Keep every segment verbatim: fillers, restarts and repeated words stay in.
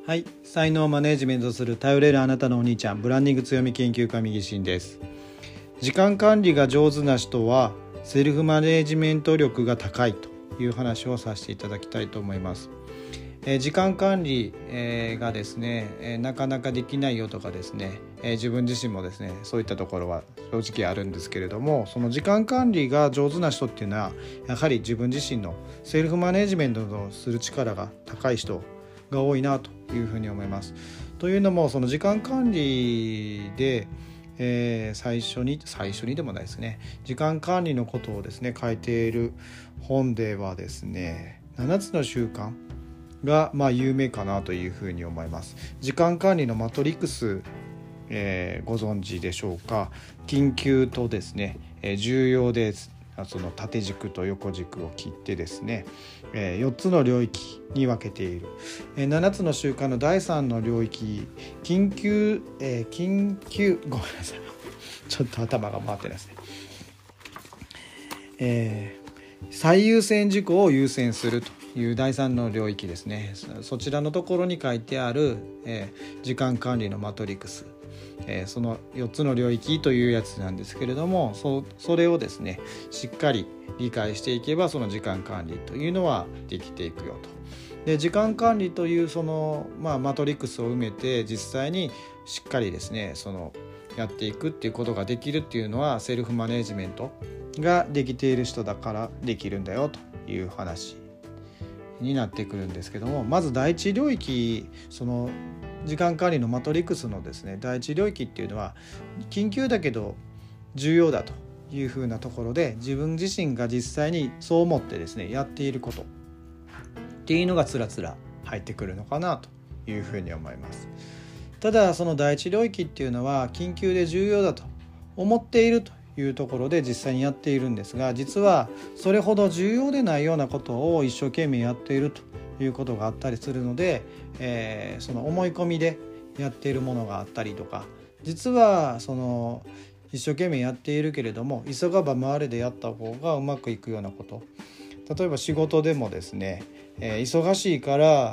はい、才能をマネジメントする頼れるあなたのお兄ちゃん、ブランディング強み研究家右進です。時間管理が上手な人はセルフマネジメント力が高いという話をさせていただきたいと思います。えー、時間管理、えー、がですね、えー、なかなかできないよとかですね、えー、自分自身もですねそういったところは正直あるんですけれども、その時間管理が上手な人っていうのはやはり自分自身のセルフマネジメントをする力が高い人が多いなというふうに思います。というのも、その時間管理で、えー、最初に最初にでもないですね、時間管理のことをですね書いている本ではですね、ななつの習慣がまあ有名かなというふうに思います。時間管理のマトリックス、えー、ご存知でしょうか。緊急とですね、えー、重要です。その縦軸と横軸を切ってですね、えー、よっつの領域に分けている、えー、ななつの習慣のだいさんの領域、緊急、えー、緊急ごめんなさいちょっと頭が回ってないですね、えー、最優先事項を優先するというだいさんの領域ですね。そちらのところに書いてある、えー、時間管理のマトリックス、えー、そのよっつの領域というやつなんですけれども、 そ, それをですねしっかり理解していけば、その時間管理というのはできていくよと。で、時間管理というその、まあ、マトリックスを埋めて実際にしっかりですねそのやっていくっていうことができるっていうのは、セルフマネジメントができている人だからできるんだよという話になってくるんですけども、まず第一領域、その時間管理のマトリックスのですね第一領域っていうのは、緊急だけど重要だというふうなところで、自分自身が実際にそう思ってですねやっていることっていうのがつらつら入ってくるのかなというふうに思います。ただその第一領域っていうのは緊急で重要だと思っているというところで実際にやっているんですが、実はそれほど重要でないようなことを一生懸命やっているということがあったりするので、えー、その思い込みでやっているものがあったりとか、実はその一生懸命やっているけれども急がば回れでやった方がうまくいくようなこと、例えば仕事でもですね、えー、忙しいから、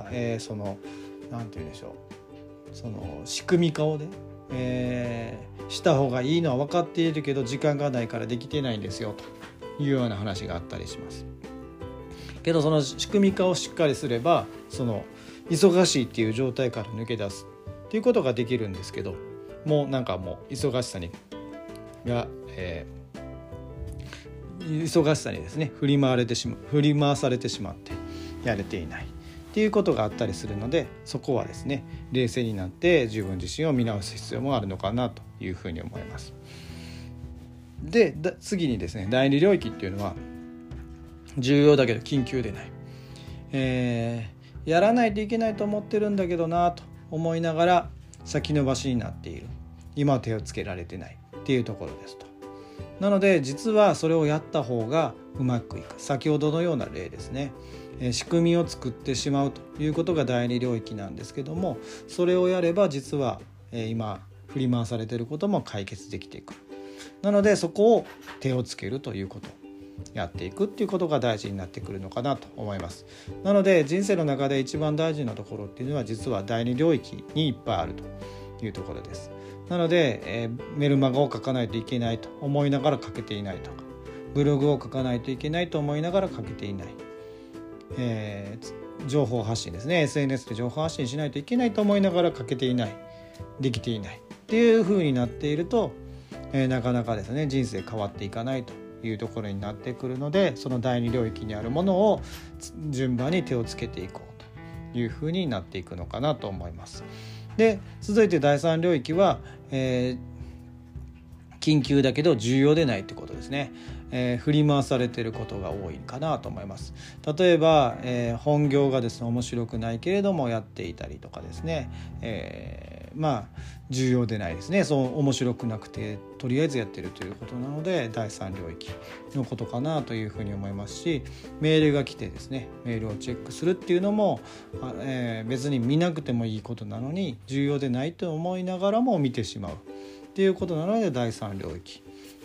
えー、そのなんて言うんでしょう、その仕組み化をね、えー、した方がいいのは分かっているけど時間がないからできてないんですよというような話があったりします。けどその仕組み化をしっかりすれば、その忙しいっていう状態から抜け出すっていうことができるんですけど、もうなんかもう忙しさにが、えー、忙しさにですね振り回れてしま振り回されてしまってやれていないっていうことがあったりするので、そこはですね冷静になって自分自身を見直す必要もあるのかなというふうに思います。で、次にですね第二領域っていうのは重要だけど緊急でない、えー、やらないといけないと思ってるんだけどなと思いながら先延ばしになっている、今は手をつけられてないっていうところですと。なので実はそれをやった方がうまくいく、先ほどのような例ですね、えー、仕組みを作ってしまうということが第二領域なんですけども、それをやれば実は、えー、今振り回されていることも解決できていく。なのでそこを手をつけるということ、やっていくっていうことが大事になってくるのかなと思います。なので人生の中で一番大事なところっていうのは実は第二領域にいっぱいあるというところです。なので、えー、メルマガを書かないといけないと思いながら書けていないとか、ブログを書かないといけないと思いながら書けていない、えー、情報発信ですね、 エスエヌエス で情報発信しないといけないと思いながら書けていない、できていないっていう風になっていると、えー、なかなかですね人生変わっていかないというところになってくるので、その第二領域にあるものを順番に手をつけていこうというふうになっていくのかなと思います。で、続いて第三領域は、えー、緊急だけど重要でないってことですね。えー、振り回されていることが多いかなと思います。例えば、えー、本業がですね面白くないけれどもやっていたりとかですね、えー、まあ重要でないですね、そう面白くなくてとりあえずやってるということなので第三領域のことかなというふうに思いますし、メールが来てですねメールをチェックするっていうのも、えー、別に見なくてもいいことなのに重要でないと思いながらも見てしまうっていうことなので第三領域っ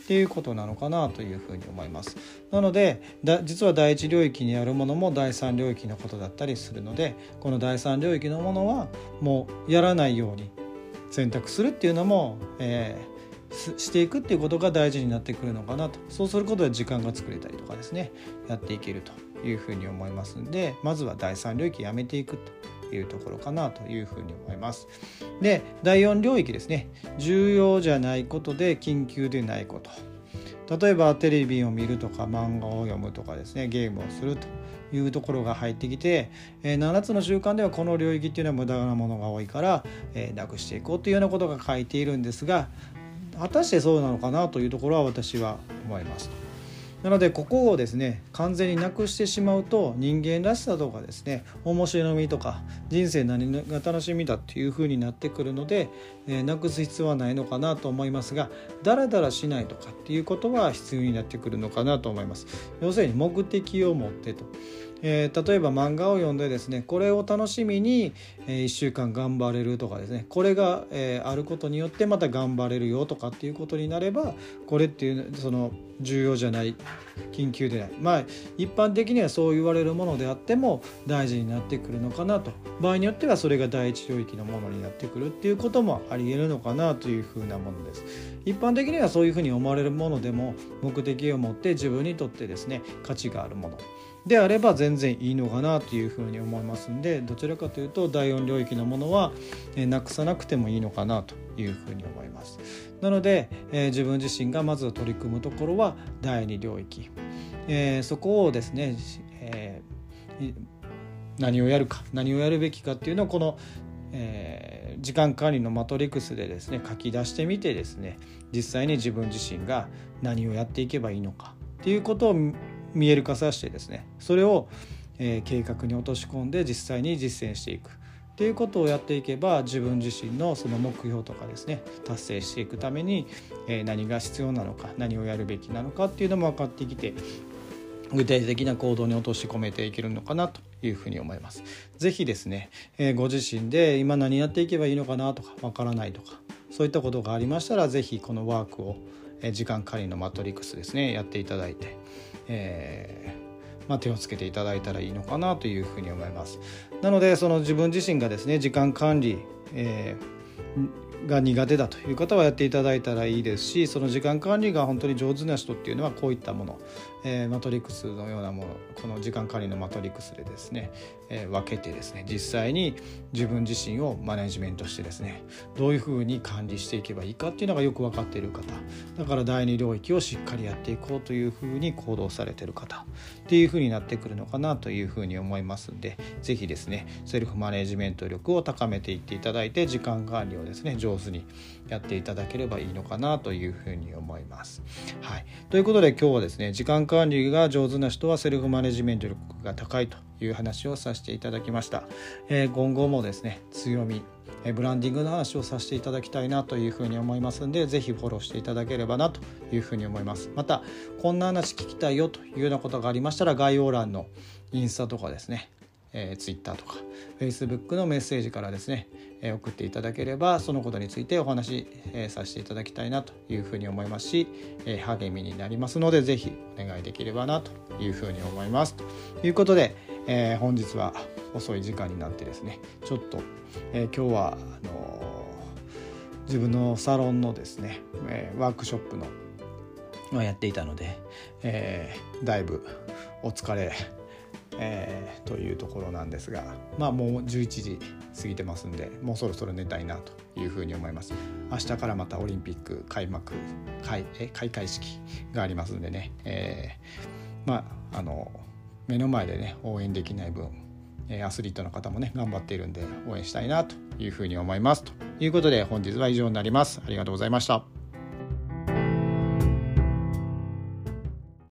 っていうことなのかなというふうに思います。なのでだ実は第一領域にあるものも第三領域のことだったりするので、この第三領域のものはもうやらないように選択するっていうのも、えー、していくっていうことが大事になってくるのかなと。そうすることで時間が作れたりとかですね、やっていけるというふうに思いますので、まずは第三領域やめていくというところかなというふうに思います。で、だいよん領域ですね。重要じゃないことで緊急でないこと。例えばテレビを見るとか漫画を読むとかですね、ゲームをするというところが入ってきて、えー、ななつの習慣ではこの領域っていうのは無駄なものが多いから、えー、なくしていこうというようなことが書いているんですが、果たしてそうなのかなというところは私は思います。なのでここをですね完全になくしてしまうと、人間らしさとかですね、面白みとか人生何が楽しみだっていう風になってくるので、えー、なくす必要はないのかなと思いますが、だらだらしないとかっていうことは必要になってくるのかなと思います。要するに目的を持ってと、えー、例えば漫画を読んでですね、これを楽しみに、えー、いっしゅうかん頑張れるとかですね、これが、えー、あることによってまた頑張れるよとかっていうことになれば、これっていうその重要じゃない、緊急でない、まあ一般的にはそう言われるものであっても大事になってくるのかなと。場合によってはそれが第一領域のものになってくるっていうこともあり得るのかなというふうなものです。一般的にはそういうふうに思われるものでも、目的を持って自分にとってですね価値があるものであれば全然いいのかなというふうに思いますんで、どちらかというとだいよん領域のものはなくさなくてもいいのかなというふうに思います。なので、えー、自分自身がまず取り組むところはだいに領域、えー、そこをですね、えー、何をやるか何をやるべきかっていうのをこの、えー、時間管理のマトリクスでですね書き出してみてですね、実際に自分自身が何をやっていけばいいのかっていうことを見える化させてですね、それを、えー、計画に落とし込んで実際に実践していくっていうことをやっていけば、自分自身のその目標とかですね達成していくために、えー、何が必要なのか、何をやるべきなのかっていうのも分かってきて、具体的な行動に落とし込めていけるのかなというふうに思います。ぜひですね、えー、ご自身で今何やっていけばいいのかなとか分からないとか、そういったことがありましたら、ぜひこのワークを、えー、時間管理のマトリックスですねやっていただいて、えーまあ、手をつけていただいたらいいのかなというふうに思います。なのでその自分自身がですね時間管理、えー、が苦手だという方はやっていただいたらいいですし、その時間管理が本当に上手な人っていうのはこういったもの、えー、マトリックスのようなもの、この時間管理のマトリックスでですね、えー、分けてですね、実際に自分自身をマネジメントしてですね、どういうふうに管理していけばいいかっていうのがよく分かっている方、だからだいに領域をしっかりやっていこうというふうに行動されている方っていうふうになってくるのかなというふうに思いますので、ぜひですねセルフマネジメント力を高めていっていただいて、時間管理をですね上手にやっていただければいいのかなというふうに思います。はい、ということで今日はですね、時間管理が上手な人はセルフマネジメント力が高いという話をさせていただきました。えー、今後もですね強み、ブランディングの話をさせていただきたいなというふうに思いますので、ぜひフォローしていただければなというふうに思います。またこんな話聞きたいよというようなことがありましたら、概要欄のインスタとかですね、えー、ツイッターとかフェイスブックのメッセージからですね、えー、送っていただければそのことについてお話、えー、させていただきたいなというふうに思いますし、えー、励みになりますので、ぜひお願いできればなというふうに思います。ということで、えー、本日は遅い時間になってですね、ちょっと、えー、今日はあのー、自分のサロンのですね、えー、ワークショップのやっていたので、えー、だいぶお疲れえー、というところなんですが、まあもうじゅういちじ過ぎてますんで、もうそろそろ寝たいなというふうに思います。明日からまたオリンピック開幕開え開会式がありますんでね、えー、まああの目の前でね応援できない分、アスリートの方もね頑張っているんで応援したいなというふうに思います。ということで本日は以上になります。ありがとうございました。